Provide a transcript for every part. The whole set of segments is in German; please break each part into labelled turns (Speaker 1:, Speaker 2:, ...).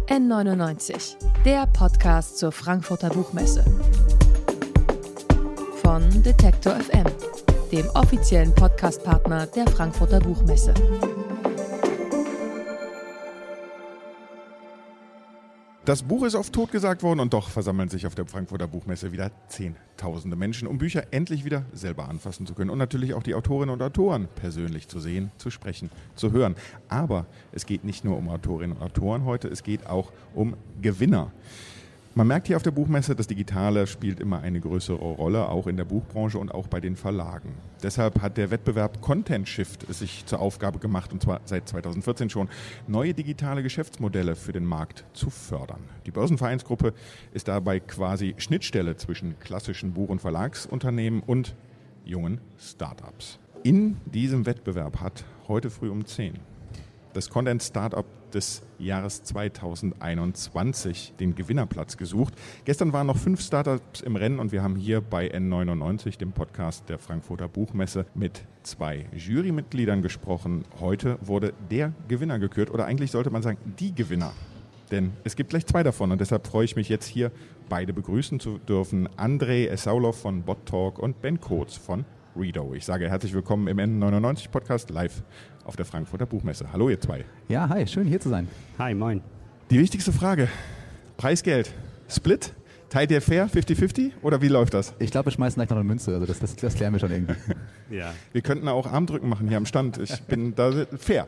Speaker 1: N99, der Podcast zur Frankfurter Buchmesse. Von Detektor FM, dem offiziellen Podcastpartner der Frankfurter Buchmesse.
Speaker 2: Das Buch ist oft totgesagt worden und doch versammeln sich auf der Frankfurter Buchmesse wieder Zehntausende Menschen, um Bücher endlich wieder selber anfassen zu können und natürlich auch die Autorinnen und Autoren persönlich zu sehen, zu sprechen, zu hören. Aber es geht nicht nur um Autorinnen und Autoren heute, es geht auch um Gewinner. Man merkt hier auf der Buchmesse, das Digitale spielt immer eine größere Rolle, auch in der Buchbranche und auch bei den Verlagen. Deshalb hat der Wettbewerb Content Shift es sich zur Aufgabe gemacht, und zwar seit 2014 schon, neue digitale Geschäftsmodelle für den Markt zu fördern. Die Börsenvereinsgruppe ist dabei quasi Schnittstelle zwischen klassischen Buch- und Verlagsunternehmen und jungen Startups. In diesem Wettbewerb hat heute früh um 10 das Content Startup des Jahres 2021 den Gewinnerplatz gesucht. Gestern waren noch 5 Startups im Rennen und wir haben hier bei N99, dem Podcast der Frankfurter Buchmesse, mit 2 Jurymitgliedern gesprochen. Heute wurde der Gewinner gekürt oder eigentlich sollte man sagen, die Gewinner. Denn es gibt gleich 2 davon und deshalb freue ich mich jetzt hier, beide begrüßen zu dürfen. Andrei Essaulov von BotTalk und Ben Kotz von Redo. Ich sage herzlich willkommen im N99-Podcast live auf der Frankfurter Buchmesse. Hallo ihr 2.
Speaker 3: Ja, hi, schön hier zu sein.
Speaker 4: Hi, moin.
Speaker 2: Die wichtigste Frage, Preisgeld, Split, teilt ihr fair, 50-50 oder wie läuft das?
Speaker 3: Ich glaube, wir schmeißen gleich noch eine Münze, also das klären wir schon irgendwie.
Speaker 4: Ja.
Speaker 2: Wir könnten auch Armdrücken machen hier am Stand, ich bin da fair.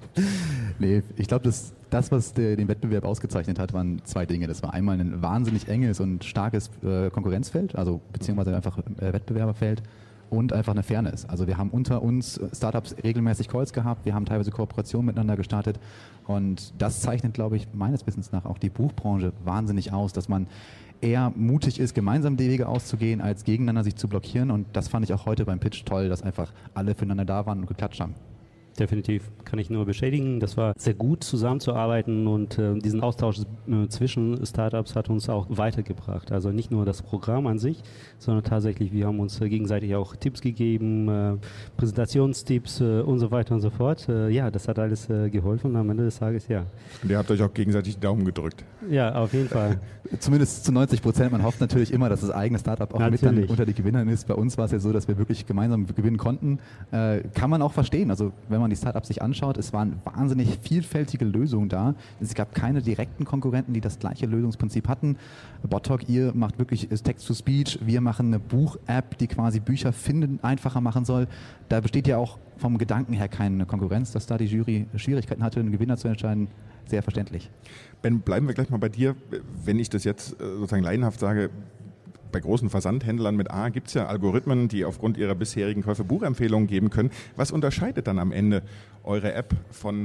Speaker 3: Nee, ich glaube, das, was den Wettbewerb ausgezeichnet hat, waren 2 Dinge. Das war einmal ein wahnsinnig enges und starkes Konkurrenzfeld, also beziehungsweise einfach Wettbewerberfeld. Und einfach eine Fairness. Also wir haben unter uns Startups regelmäßig Calls gehabt, wir haben teilweise Kooperationen miteinander gestartet und das zeichnet, glaube ich, meines Wissens nach auch die Buchbranche wahnsinnig aus, dass man eher mutig ist, gemeinsam die Wege auszugehen, als gegeneinander sich zu blockieren und das fand ich auch heute beim Pitch toll, dass einfach alle füreinander da waren und geklatscht haben.
Speaker 4: Definitiv, kann ich nur bestätigen. Das war sehr gut zusammenzuarbeiten und diesen Austausch zwischen Startups hat uns auch weitergebracht. Also nicht nur das Programm an sich, sondern tatsächlich, wir haben uns gegenseitig auch Tipps gegeben, Präsentationstipps und so weiter und so fort. Ja, das hat alles geholfen und am Ende des Tages, ja.
Speaker 2: Und ihr habt euch auch gegenseitig die Daumen gedrückt.
Speaker 4: Ja, auf jeden Fall.
Speaker 3: Zumindest zu 90%. Man hofft natürlich immer, dass das eigene Startup auch
Speaker 4: natürlich
Speaker 3: mit dann unter die Gewinnern ist. Bei uns war es ja so, dass wir wirklich gemeinsam gewinnen konnten. Kann man auch verstehen. Also wenn man die Startups sich anschaut, es waren wahnsinnig vielfältige Lösungen da. Es gab keine direkten Konkurrenten, die das gleiche Lösungsprinzip hatten. BotTalk, ihr macht wirklich Text-to-Speech. Wir machen eine Buch-App, die quasi Bücher finden einfacher machen soll. Da besteht ja auch vom Gedanken her keine Konkurrenz, dass da die Jury Schwierigkeiten hatte, einen Gewinner zu entscheiden. Sehr verständlich.
Speaker 2: Ben, bleiben wir gleich mal bei dir. Wenn ich das jetzt sozusagen laienhaft sage, bei großen Versandhändlern mit A gibt es ja Algorithmen, die aufgrund ihrer bisherigen Käufe Buchempfehlungen geben können. Was unterscheidet dann am Ende eure App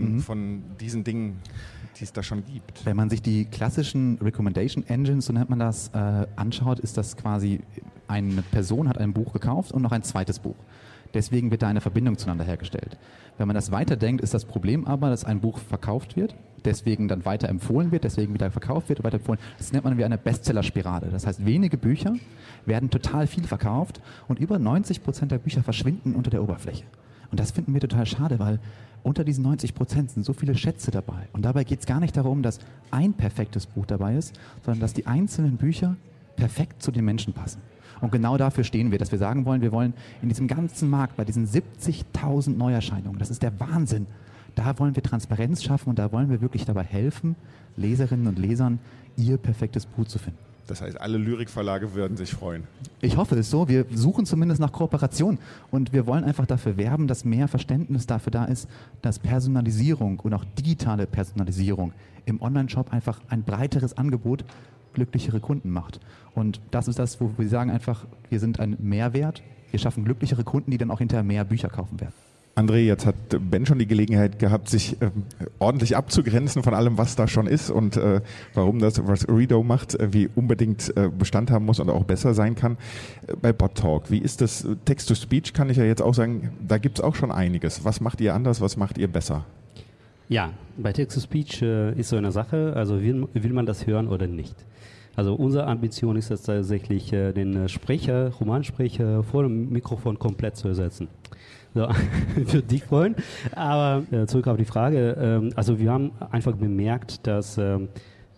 Speaker 2: von diesen Dingen, die es da schon gibt?
Speaker 3: Wenn man sich die klassischen Recommendation Engines, so nennt man das, anschaut, ist das quasi, eine Person hat ein Buch gekauft und noch ein zweites Buch. Deswegen wird da eine Verbindung zueinander hergestellt. Wenn man das weiterdenkt, ist das Problem aber, dass ein Buch verkauft wird, deswegen dann weiter empfohlen wird, deswegen wieder verkauft wird, weiter empfohlen. Das nennt man wie eine Bestseller-Spirale. Das heißt, wenige Bücher werden total viel verkauft und über 90% der Bücher verschwinden unter der Oberfläche. Und das finden wir total schade, weil unter diesen 90% sind so viele Schätze dabei. Und dabei geht es gar nicht darum, dass ein perfektes Buch dabei ist, sondern dass die einzelnen Bücher perfekt zu den Menschen passen. Und genau dafür stehen wir, dass wir sagen wollen, wir wollen in diesem ganzen Markt, bei diesen 70.000 Neuerscheinungen, das ist der Wahnsinn, da wollen wir Transparenz schaffen und da wollen wir wirklich dabei helfen, Leserinnen und Lesern ihr perfektes Buch zu finden.
Speaker 2: Das heißt, alle Lyrikverlage würden sich freuen.
Speaker 3: Ich hoffe es so. Wir suchen zumindest nach Kooperation und wir wollen einfach dafür werben, dass mehr Verständnis dafür da ist, dass Personalisierung und auch digitale Personalisierung im Online-Shop einfach ein breiteres Angebot glücklichere Kunden macht. Und das ist das, wo wir sagen einfach, wir sind ein Mehrwert, wir schaffen glücklichere Kunden, die dann auch hinterher mehr Bücher kaufen werden.
Speaker 2: André, jetzt hat Ben schon die Gelegenheit gehabt, sich ordentlich abzugrenzen von allem, was da schon ist und warum das, was Redo macht, wie unbedingt Bestand haben muss und auch besser sein kann. Bei BotTalk, wie ist das? Text-to-Speech kann ich ja jetzt auch sagen, da gibt es auch schon einiges. Was macht ihr anders, was macht ihr besser?
Speaker 4: Ja, bei Text-to-Speech ist so eine Sache, also will man das hören oder nicht? Also unsere Ambition ist es tatsächlich, den Sprecher, Romansprecher vor dem Mikrofon komplett zu ersetzen. So, würde dich freuen. Aber zurück auf die Frage. Also wir haben einfach bemerkt, dass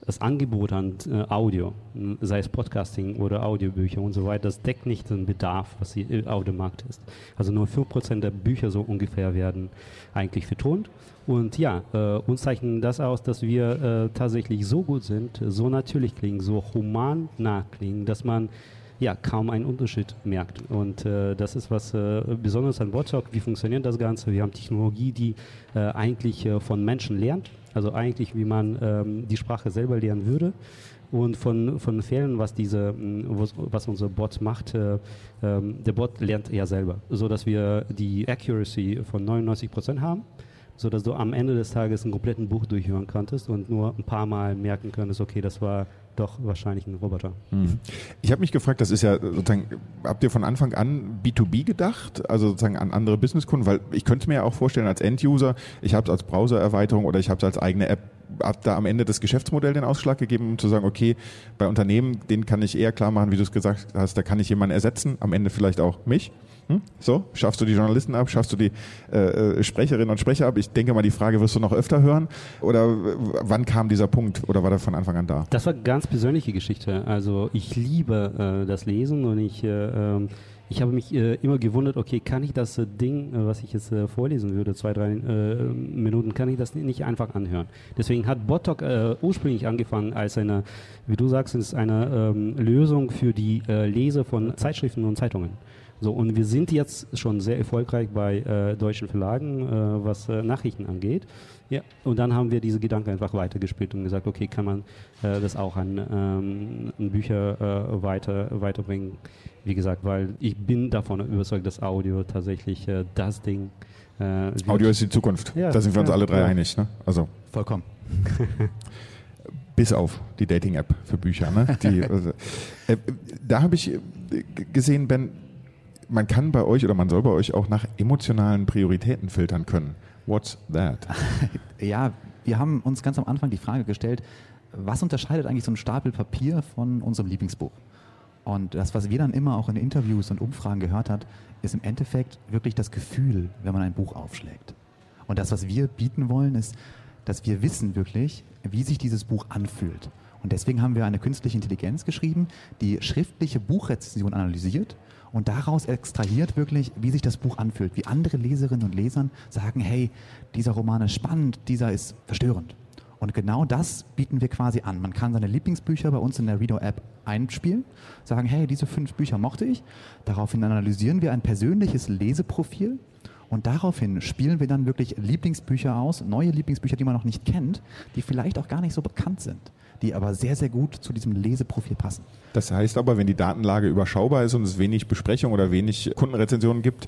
Speaker 4: das Angebot an Audio, sei es Podcasting oder Audiobücher und so weiter, das deckt nicht den Bedarf, was auf dem Markt ist. Also nur 5% der Bücher so ungefähr werden eigentlich vertont. Und ja, uns zeichnet das aus, dass wir tatsächlich so gut sind, so natürlich klingen, so human nah klingen, dass man kaum einen Unterschied merkt. Und das ist was Besonderes an WordTalk. Wie funktioniert das Ganze? Wir haben Technologie, die eigentlich von Menschen lernt. Also eigentlich, wie man die Sprache selber lernen würde. Und von Fehlern, was unser Bot macht, der Bot lernt ja selber. So dass wir die Accuracy von 99% haben, sodass du am Ende des Tages ein kompletten Buch durchhören konntest und nur ein paar Mal merken könntest, okay, das war doch wahrscheinlich ein Roboter.
Speaker 2: Ich habe mich gefragt, das ist ja sozusagen, habt ihr von Anfang an B2B gedacht, also sozusagen an andere Businesskunden? Weil ich könnte mir ja auch vorstellen, als End-User, ich habe es als Browser-Erweiterung oder ich habe es als eigene App, hat da am Ende das Geschäftsmodell den Ausschlag gegeben, um zu sagen, okay, bei Unternehmen, denen kann ich eher klar machen, wie du es gesagt hast, da kann ich jemanden ersetzen, am Ende vielleicht auch mich. So, schaffst du die Journalisten ab, schaffst du die Sprecherinnen und Sprecher ab? Ich denke mal, die Frage wirst du noch öfter hören. Oder wann kam dieser Punkt oder war der von Anfang an da?
Speaker 4: Das war eine ganz persönliche Geschichte. Also ich liebe das Lesen und ich habe mich immer gewundert, okay, kann ich das Ding, was ich jetzt vorlesen würde, 2-3 Minuten, kann ich das nicht einfach anhören? Deswegen hat BotTalk ursprünglich angefangen als eine, wie du sagst, ist eine Lösung für die Leser von Zeitschriften und Zeitungen. So, und wir sind jetzt schon sehr erfolgreich bei deutschen Verlagen, was Nachrichten angeht. Ja, und dann haben wir diese Gedanken einfach weitergespielt und gesagt, okay, kann man das auch an Bücher weiterbringen? Wie gesagt, weil ich bin davon überzeugt, dass Audio tatsächlich das Ding
Speaker 2: Audio ist die Zukunft.
Speaker 4: Ja,
Speaker 2: da sind wir uns alle drei einig. Ne? Also
Speaker 3: Vollkommen.
Speaker 2: bis auf die Dating-App für Bücher. Ne? Da habe ich gesehen, Ben, man kann bei euch oder man soll bei euch auch nach emotionalen Prioritäten filtern können. What's that?
Speaker 3: Ja, wir haben uns ganz am Anfang die Frage gestellt, was unterscheidet eigentlich so ein Stapel Papier von unserem Lieblingsbuch? Und das, was wir dann immer auch in Interviews und Umfragen gehört hat, ist im Endeffekt wirklich das Gefühl, wenn man ein Buch aufschlägt. Und das, was wir bieten wollen, ist, dass wir wissen wirklich, wie sich dieses Buch anfühlt. Und deswegen haben wir eine künstliche Intelligenz geschrieben, die schriftliche Buchrezension analysiert und daraus extrahiert wirklich, wie sich das Buch anfühlt, wie andere Leserinnen und Lesern sagen, hey, dieser Roman ist spannend, dieser ist verstörend. Und genau das bieten wir quasi an. Man kann seine Lieblingsbücher bei uns in der Reader-App einspielen, sagen, hey, diese 5 Bücher mochte ich. Daraufhin analysieren wir ein persönliches Leseprofil und daraufhin spielen wir dann wirklich Lieblingsbücher aus, neue Lieblingsbücher, die man noch nicht kennt, die vielleicht auch gar nicht so bekannt sind, die aber sehr, sehr gut zu diesem Leseprofil passen.
Speaker 2: Das heißt aber, wenn die Datenlage überschaubar ist und es wenig Besprechung oder wenig Kundenrezensionen gibt,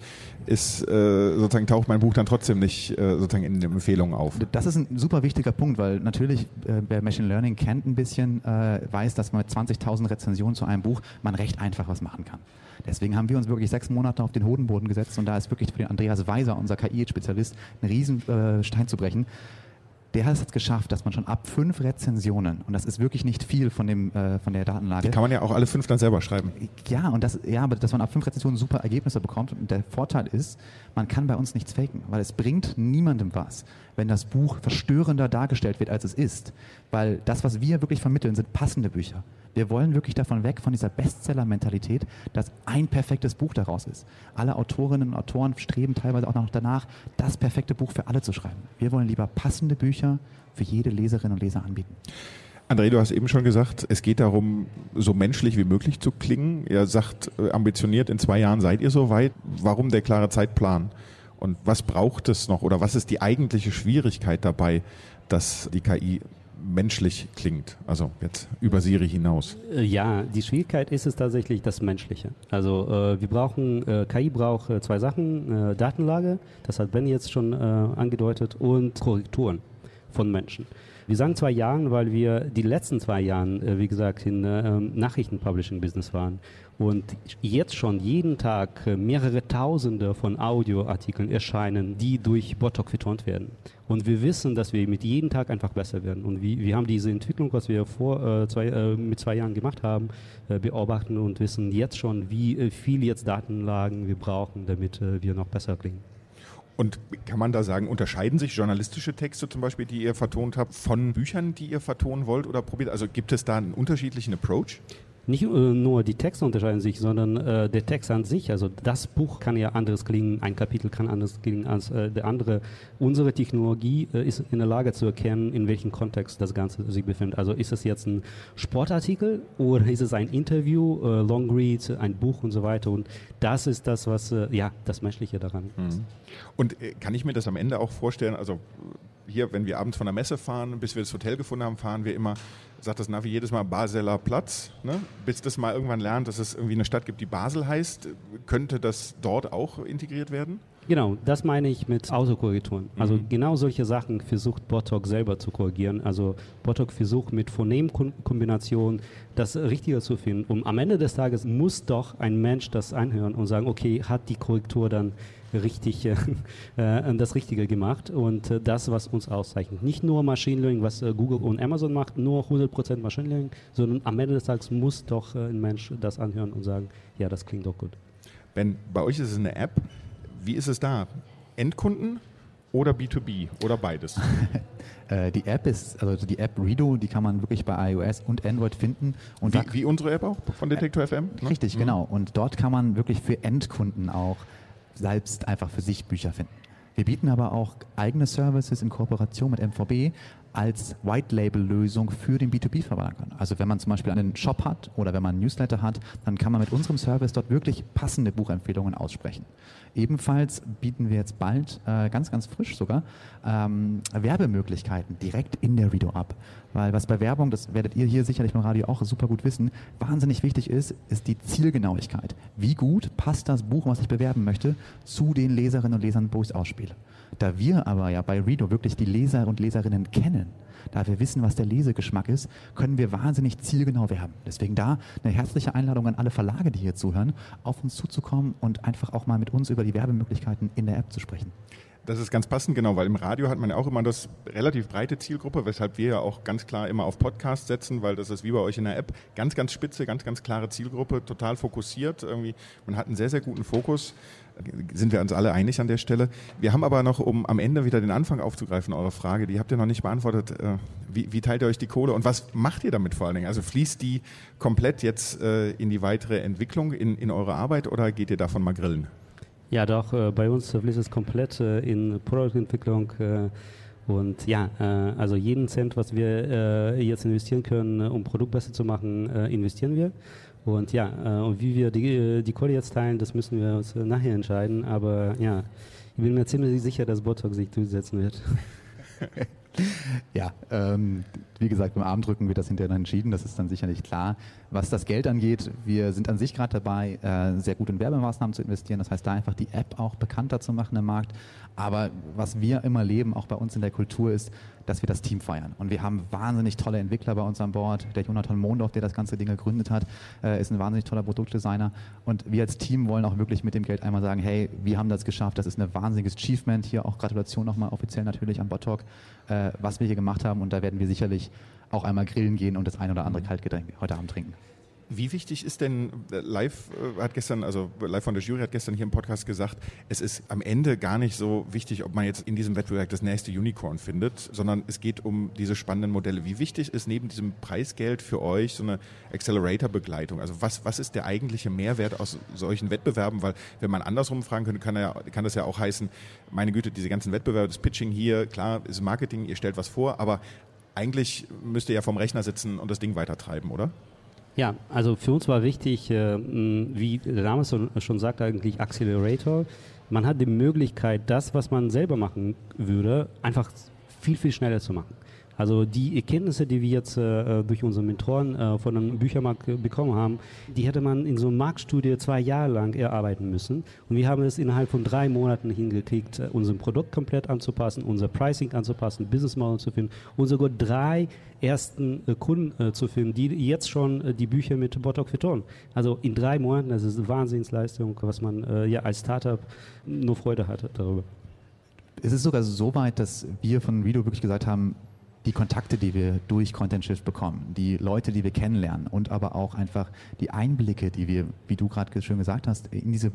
Speaker 2: sozusagen taucht mein Buch dann trotzdem nicht sozusagen in den Empfehlungen auf.
Speaker 3: Das ist ein super wichtiger Punkt, weil natürlich, wer Machine Learning kennt ein bisschen, weiß, dass man mit 20.000 Rezensionen zu einem Buch man recht einfach was machen kann. Deswegen haben wir uns wirklich 6 Monate auf den Hodenboden gesetzt und da ist wirklich für den Andreas Weiser, unser KI-Spezialist, ein Riesenstein zu brechen. Der hat es geschafft, dass man schon ab 5 Rezensionen, und das ist wirklich nicht viel von der Datenlage.
Speaker 2: Die kann man ja auch alle 5 dann selber schreiben.
Speaker 3: Ja, aber dass man ab 5 Rezensionen super Ergebnisse bekommt. Und der Vorteil ist, man kann bei uns nichts faken, weil es bringt niemandem was, wenn das Buch verstörender dargestellt wird, als es ist. Weil das, was wir wirklich vermitteln, sind passende Bücher. Wir wollen wirklich davon weg, von dieser Bestseller-Mentalität, dass ein perfektes Buch daraus ist. Alle Autorinnen und Autoren streben teilweise auch noch danach, das perfekte Buch für alle zu schreiben. Wir wollen lieber passende Bücher für jede Leserin und Leser anbieten.
Speaker 2: André, du hast eben schon gesagt, es geht darum, so menschlich wie möglich zu klingen. Ihr sagt ambitioniert, in 2 Jahren seid ihr soweit. Warum der klare Zeitplan? Und was braucht es noch? Oder was ist die eigentliche Schwierigkeit dabei, dass die KI menschlich klingt, also jetzt über Siri hinaus?
Speaker 4: Ja, die Schwierigkeit ist es tatsächlich das Menschliche. Also KI braucht 2 Sachen, Datenlage, das hat Ben jetzt schon angedeutet, und Korrekturen von Menschen. Wir sagen 2 Jahren, weil wir die letzten 2 Jahren, wie gesagt, in Nachrichten-Publishing-Business waren und jetzt schon jeden Tag mehrere Tausende von Audioartikeln erscheinen, die durch BotTalk vertont werden. Und wir wissen, dass wir mit jedem Tag einfach besser werden. Und wir haben diese Entwicklung, was wir mit 2 Jahren gemacht haben, beobachten und wissen jetzt schon, wie viel jetzt Datenlagen wir brauchen, damit wir noch besser klingen.
Speaker 2: Und kann man da sagen, unterscheiden sich journalistische Texte zum Beispiel, die ihr vertont habt, von Büchern, die ihr vertonen wollt oder probiert? Also gibt es da einen unterschiedlichen Approach?
Speaker 4: Nicht nur die Texte unterscheiden sich, sondern der Text an sich. Also das Buch kann ja anders klingen, ein Kapitel kann anders klingen als der andere. Unsere Technologie ist in der Lage zu erkennen, in welchem Kontext das Ganze sich befindet. Also ist es jetzt ein Sportartikel oder ist es ein Interview, Long Read, ein Buch und so weiter. Und das ist das, was das Menschliche daran ist.
Speaker 2: Und kann ich mir das am Ende auch vorstellen, also hier, wenn wir abends von der Messe fahren, bis wir das Hotel gefunden haben, fahren wir immer, sagt das Navi jedes Mal Baseler Platz, ne? Bis das mal irgendwann lernt, dass es irgendwie eine Stadt gibt, die Basel heißt, könnte das dort auch integriert werden?
Speaker 4: Genau, das meine ich mit Autokorrekturen. Also genau solche Sachen versucht Botok selber zu korrigieren. Also Botok versucht mit Phonемkombinationen das Richtige zu finden. Und am Ende des Tages muss doch ein Mensch das anhören und sagen, okay, hat die Korrektur dann richtig das Richtige gemacht und das, was uns auszeichnet. Nicht nur Machine Learning, was Google und Amazon macht, nur 100% Machine Learning, sondern am Ende des Tages muss doch ein Mensch das anhören und sagen, ja, das klingt doch gut.
Speaker 2: Ben, bei euch ist es eine App. Wie ist es da? Endkunden oder B2B oder beides?
Speaker 3: Die App die App Redo, die kann man wirklich bei iOS und Android finden. Und
Speaker 2: wie unsere App auch von Detektor FM? Ne?
Speaker 3: Richtig, genau. Und dort kann man wirklich für Endkunden auch selbst einfach für sich Bücher finden. Wir bieten aber auch eigene Services in Kooperation mit MVB als White-Label-Lösung für den B2B-Verlag. Also wenn man zum Beispiel einen Shop hat oder wenn man einen Newsletter hat, dann kann man mit unserem Service dort wirklich passende Buchempfehlungen aussprechen. Ebenfalls bieten wir jetzt bald, ganz, ganz frisch sogar, Werbemöglichkeiten direkt in der Redo ab. Weil was bei Werbung, das werdet ihr hier sicherlich beim Radio auch super gut wissen, wahnsinnig wichtig ist die Zielgenauigkeit. Wie gut passt das Buch, was ich bewerben möchte, zu den Leserinnen und Lesern, wo ich es ausspiele. Da wir aber ja bei Redo wirklich die Leser und Leserinnen kennen, da wir wissen, was der Lesegeschmack ist, können wir wahnsinnig zielgenau werben. Deswegen da eine herzliche Einladung an alle Verlage, die hier zuhören, auf uns zuzukommen und einfach auch mal mit uns über die Werbemöglichkeiten in der App zu sprechen.
Speaker 2: Das ist ganz passend, genau, weil im Radio hat man ja auch immer das relativ breite Zielgruppe, weshalb wir ja auch ganz klar immer auf Podcast setzen, weil das ist wie bei euch in der App, ganz, ganz spitze, ganz, ganz klare Zielgruppe, total fokussiert. Irgendwie, man hat einen sehr, sehr guten Fokus, sind wir uns alle einig an der Stelle. Wir haben aber noch, um am Ende wieder den Anfang aufzugreifen, eure Frage, die habt ihr noch nicht beantwortet, wie teilt ihr euch die Kohle und was macht ihr damit vor allen Dingen? Also fließt die komplett jetzt in die weitere Entwicklung, in eure Arbeit oder geht ihr davon mal grillen?
Speaker 4: Ja, doch, bei uns fließt es komplett in Produktentwicklung und also jeden Cent, was wir jetzt investieren können, um Produkt besser zu machen, investieren wir. Und und wie wir die Kohle jetzt teilen, das müssen wir uns nachher entscheiden, aber ja, ich bin mir ziemlich sicher, dass Botok sich durchsetzen wird.
Speaker 3: Ja, wie gesagt, beim Armdrücken wird das hinterher dann entschieden, das ist dann sicherlich klar. Was das Geld angeht, wir sind an sich gerade dabei, sehr gut in Werbemaßnahmen zu investieren, das heißt da einfach die App auch bekannter zu machen im Markt. Aber was wir immer leben, auch bei uns in der Kultur, ist, dass wir das Team feiern. Und wir haben wahnsinnig tolle Entwickler bei uns an Bord. Der Jonathan Mondorf, der das ganze Ding gegründet hat, ist ein wahnsinnig toller Produktdesigner. Und wir als Team wollen auch wirklich mit dem Geld einmal sagen, hey, wir haben das geschafft, das ist ein wahnsinniges Achievement. Hier auch Gratulation nochmal offiziell natürlich an Botok, was wir hier gemacht haben. Und da werden wir sicherlich auch einmal grillen gehen und das ein oder andere Kaltgetränk heute Abend trinken.
Speaker 2: Wie wichtig ist denn, Live von der Jury hat gestern hier im Podcast gesagt, es ist am Ende gar nicht so wichtig, ob man jetzt in diesem Wettbewerb das nächste Unicorn findet, sondern es geht um diese spannenden Modelle. Wie wichtig ist neben diesem Preisgeld für euch so eine Accelerator-Begleitung? Also was ist der eigentliche Mehrwert aus solchen Wettbewerben? Weil wenn man andersrum fragen könnte, kann das ja auch heißen, meine Güte, diese ganzen Wettbewerbe, das Pitching hier, klar, ist Marketing, ihr stellt was vor, aber eigentlich müsst ihr ja vom Rechner sitzen und das Ding weitertreiben, oder?
Speaker 4: Ja, also für uns war wichtig, wie der Name schon sagt, eigentlich Accelerator. Man hat die Möglichkeit, das, was man selber machen würde, einfach viel, viel schneller zu machen. Also die Erkenntnisse, die wir jetzt durch unsere Mentoren von einem Büchermarkt bekommen haben, die hätte man in so einer Marktstudie 2 Jahre lang erarbeiten müssen. Und wir haben es innerhalb von 3 Monaten hingekriegt, unser Produkt komplett anzupassen, unser Pricing anzupassen, Business Model zu finden und sogar 3 ersten Kunden zu finden, die jetzt schon die Bücher mit Botok vertonen. Also in 3 Monaten, das ist eine Wahnsinnsleistung, was man als Startup nur Freude hatte darüber.
Speaker 3: Es ist sogar so weit, dass wir von Redo wirklich gesagt haben, die Kontakte, die wir durch Content Shift bekommen, die Leute, die wir kennenlernen und aber auch einfach die Einblicke, die wir, wie du gerade schön gesagt hast, in diese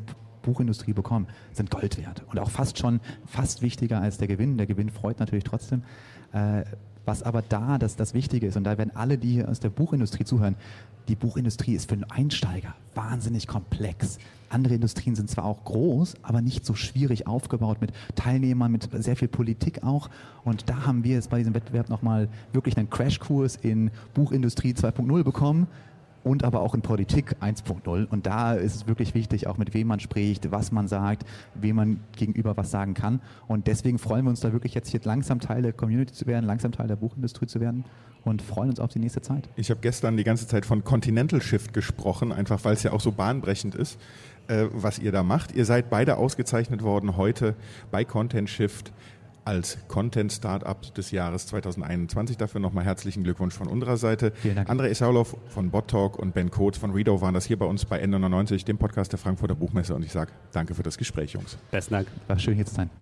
Speaker 3: Buchindustrie bekommen, sind Gold wert und auch fast wichtiger als der Gewinn. Der Gewinn freut natürlich trotzdem. Was aber das Wichtige ist, und da werden alle, die hier aus der Buchindustrie zuhören, die Buchindustrie ist für einen Einsteiger wahnsinnig komplex. Andere Industrien sind zwar auch groß, aber nicht so schwierig aufgebaut mit Teilnehmern, mit sehr viel Politik auch. Und da haben wir jetzt bei diesem Wettbewerb nochmal wirklich einen Crashkurs in Buchindustrie 2.0 bekommen. Und aber auch in Politik 1.0. Und da ist es wirklich wichtig, auch mit wem man spricht, was man sagt, wem man gegenüber was sagen kann. Und deswegen freuen wir uns da wirklich jetzt hier langsam Teil der Community zu werden, langsam Teil der Buchindustrie zu werden und freuen uns auf die nächste Zeit.
Speaker 2: Ich habe gestern die ganze Zeit von Continental Shift gesprochen, einfach weil es ja auch so bahnbrechend ist, was ihr da macht. Ihr seid beide ausgezeichnet worden heute bei Content Shift als Content-Startup des Jahres 2021. Dafür nochmal herzlichen Glückwunsch von unserer Seite.
Speaker 3: Vielen Dank.
Speaker 2: André Issaulov von BotTalk und Ben Coates von Redo waren das hier bei uns bei N99, dem Podcast der Frankfurter Buchmesse. Und ich sage danke für das Gespräch, Jungs.
Speaker 4: Besten Dank.
Speaker 3: War schön hier zu sein.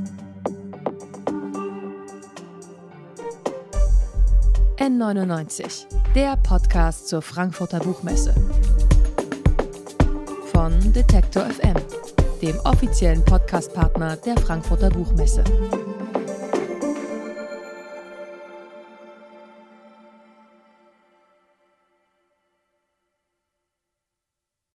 Speaker 1: N99, der Podcast zur Frankfurter Buchmesse. Von Detektor FM, dem offiziellen Podcastpartner der Frankfurter Buchmesse.